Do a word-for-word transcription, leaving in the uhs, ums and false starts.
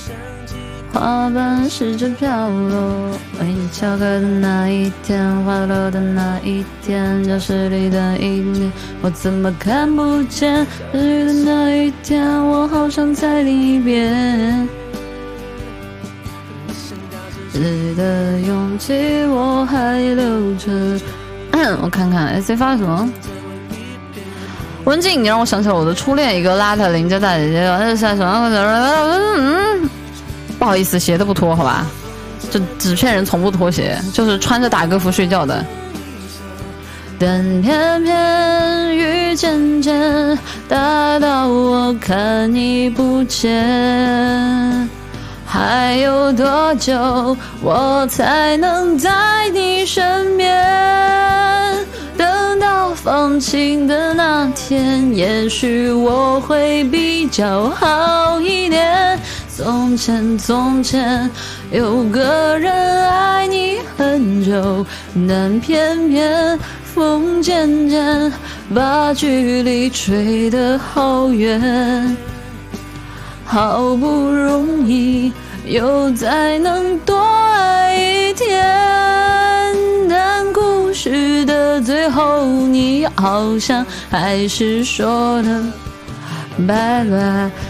花瓣试着飘落，为你敲开的那一天，滑落的那一天，教室里的一脸，我怎么看不见？日语的那一天，我好想再听一遍。自己的勇气我还留着。我看看 S C 发什么？文静，你让我想起了我的初恋，一个邋遢邻家大姐姐，二十三岁，嗯。不好意思，鞋都不脱，好吧？就纸片人从不脱鞋，就是穿着打歌服睡觉的。但偏偏雨渐渐大到我看你不见，还有多久我才能在你身边？等到放晴的那天，也许我会比较好一点。从前，从前有个人爱你很久，但偏偏风渐渐把距离吹得好远。好不容易又再能多爱一天，但故事的最后，你好像还是说了拜拜。